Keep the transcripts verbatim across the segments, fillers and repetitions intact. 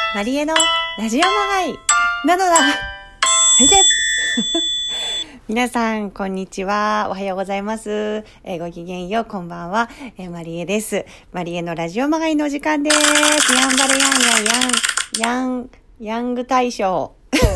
マリエのラジオまがいなのだ。はいで皆さんこんにちは、おはようございます、えー、ごきげんよう、こんばんは、えー、マリエです。マリエのラジオまがいのお時間です。ヤンバルヤンヤンヤンヤンヤング大賞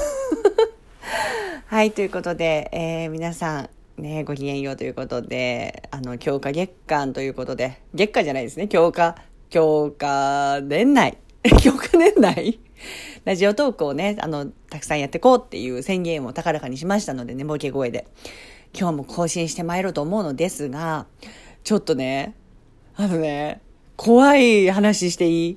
はいということで、えー、皆さんね、ごきげんようということで、あの強化月間ということで、月間じゃないですね、強化強化年内強化年内ラジオトークをね、あのたくさんやっていこうっていう宣言を高らかにしましたのでね、ボケ声で今日も更新してまいろうと思うのですが、ちょっとねあのね怖い話していい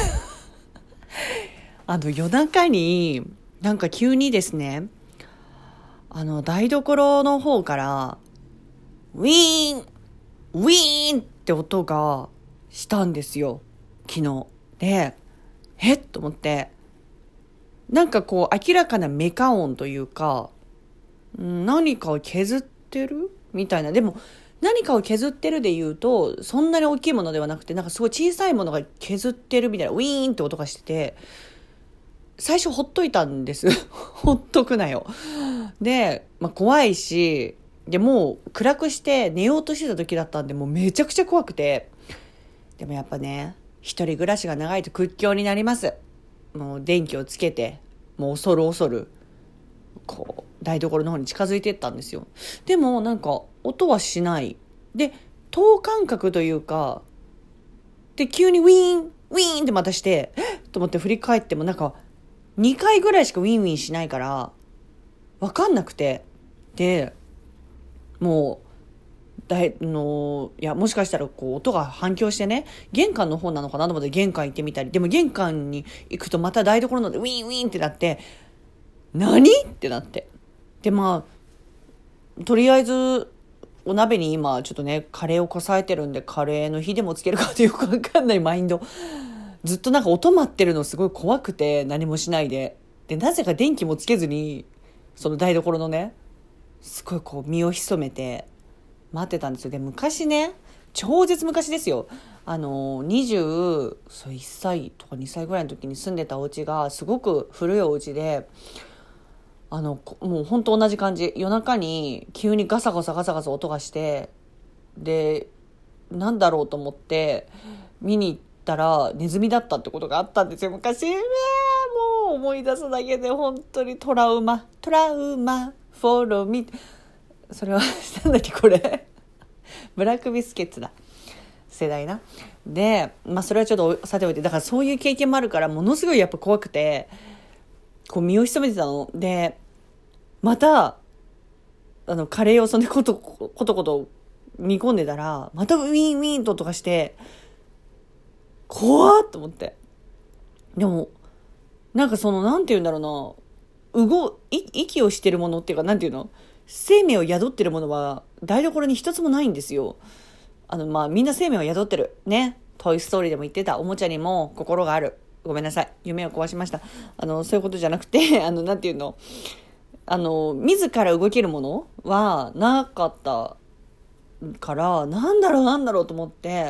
あの夜中になんか急にですね、あの台所の方からウィーンウィーンって音がしたんですよ、昨日で。えっと思って、なんかこう明らかなメカ音というか、何かを削ってるみたいな。でも何かを削ってるで言うとそんなに大きいものではなくて、なんかすごい小さいものが削ってるみたいな、ウィーンって音がしてて、最初ほっといたんですほっとくなよで、まあ、怖いし、でもう暗くして寝ようとしてた時だったんで、もうめちゃくちゃ怖くて。でもやっぱね、一人暮らしが長いと屈強になります。もう電気をつけて、もう恐る恐るこう台所の方に近づいていったんですよ。でもなんか音はしないで、等間隔というかで、急にウィーンウィーンってまたして、えっと思って振り返ってもなんかにかいぐらいしかウィンウィンしないから分かんなくて、でもうだいのいやもしかしたらこう音が反響してね、玄関の方なのかなと思って玄関行ってみたり、でも玄関に行くとまた台所のでウィンウィンってなって、何ってなって、でまあとりあえずお鍋に今ちょっとねカレーをこさえてるんで、カレーの火でもつけるかってよく分かんないマインド、ずっとなんか音待ってるのすごい怖くて、何もしないで、でなぜか電気もつけずにその台所のね、すごいこう身を潜めて待ってたんですよ。で昔ね、超絶昔ですよ、あのにじゅういっさいとかにさいぐらいの時に住んでたお家がすごく古いお家で、あのもう本当同じ感じ、夜中に急にガサガサガサガサ音がして、でなんだろうと思って見に行ったらネズミだったってことがあったんですよ、昔。もう思い出すだけで本当にトラウマトラウマフォローミー、それはなんだっけこれブラックビスケッツだ、世代な。でまあそれはちょっとさておいて、だからそういう経験もあるから、ものすごいやっぱ怖くてこう身を潜めてたので、またあのカレーをそんでことことこと煮込んでたら、またウィンウィンと音がして、怖っと思って。でもなんかそのなんて言うんだろうな、動い息をしてるものっていうか、なんていうの、生命を宿ってるものは台所に一つもないんですよ。あのまあみんな生命を宿ってるね、トイストーリーでも言ってた、おもちゃにも心がある。ごめんなさい、夢を壊しました。あのそういうことじゃなくてあのなんていうの、あの自ら動けるものはなかったから、なんだろうなんだろうと思って、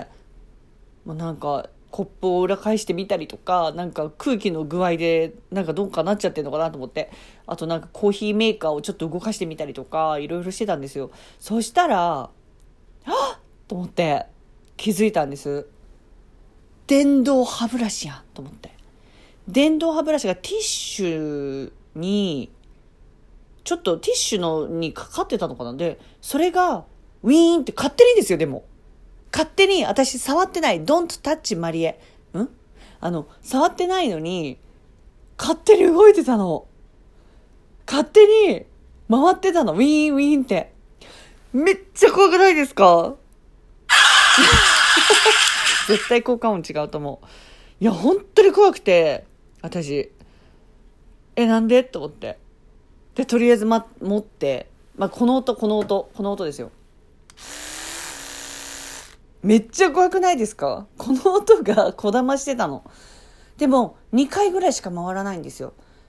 もうなんかコップを裏返してみたりとか、なんか空気の具合でなんかどうかなっちゃってるのかなと思って、あとなんかコーヒーメーカーをちょっと動かしてみたりとか、いろいろしてたんですよ。そしたらはっと思って気づいたんです。電動歯ブラシやんと思って、電動歯ブラシがティッシュにちょっとティッシュのにかかってたのかな、でそれがウィーンって勝手にですよ、でも勝手に、私触ってない、ドントタッチマリエんあの触ってないのに勝手に動いてたの、勝手に回ってたの、ウィーンウィーンって。めっちゃ怖くないですか絶対効果音違うと思う。いや本当に怖くて、私えなんでと思って、でとりあえず、ま、持って、まあ、この音この音この音ですよ。めっちゃ怖くないですか、この音がこだましてたの。でもにかいぐらいしか回らないんですよ、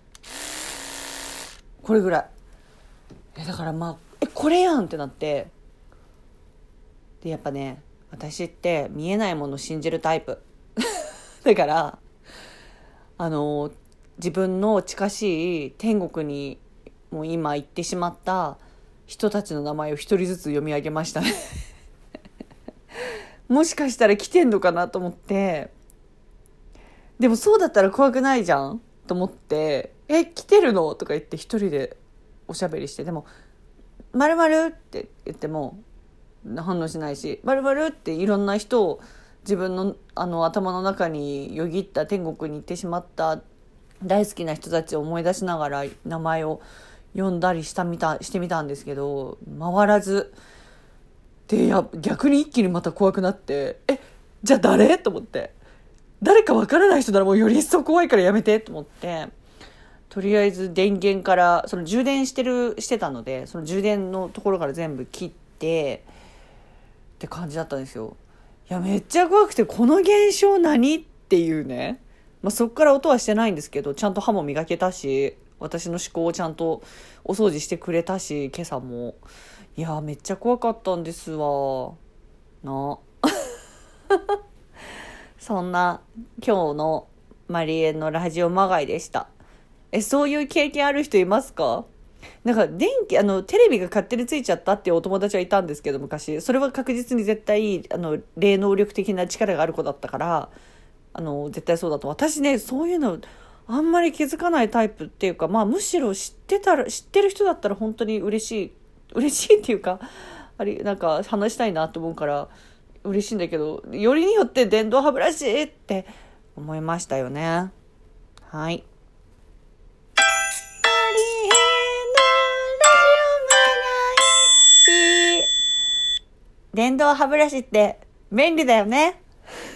これぐらい。えだからまあえこれやんってなって、でやっぱね、私って見えないものを信じるタイプだから、 あの自分の近しい天国にもう今行ってしまった人たちの名前を一人ずつ読み上げましたねもしかしたら来てんのかなと思って、でもそうだったら怖くないじゃんと思って、え来てるのとか言って一人でおしゃべりして、でも〇〇って言っても反応しないし、〇〇っていろんな人を自分の、あの頭の中によぎった天国に行ってしまった大好きな人たちを思い出しながら名前を呼んだりしたみたしてみたんですけど、回らずで、や逆に一気にまた怖くなって、えじゃあ誰と思って、誰かわからない人ならもうより一層怖いからやめてと思って、とりあえず電源からその充電してるしてたので、その充電のところから全部切ってって感じだったんですよ。いやめっちゃ怖くて、この現象何っていうね、まあ、そっから音はしてないんですけど、ちゃんと歯も磨けたし、私の思考をちゃんとお掃除してくれたし、今朝も。いやめっちゃ怖かったんですわなそんな今日のマリエのラジオまがいでした。えそういう経験ある人いますか？なんか電気あのテレビが勝手についちゃったっていうお友達はいたんですけど、昔それは確実に絶対あの霊能力的な力がある子だったから、あの絶対そうだと。私ねそういうのあんまり気づかないタイプっていうか、まあむしろ知ってたら知ってる人だったら本当に嬉しい嬉しいっていうか、あれなんか話したいなと思うから嬉しいんだけど、よりによって電動歯ブラシって思いましたよね。はい。電動歯ブラシって便利だよね。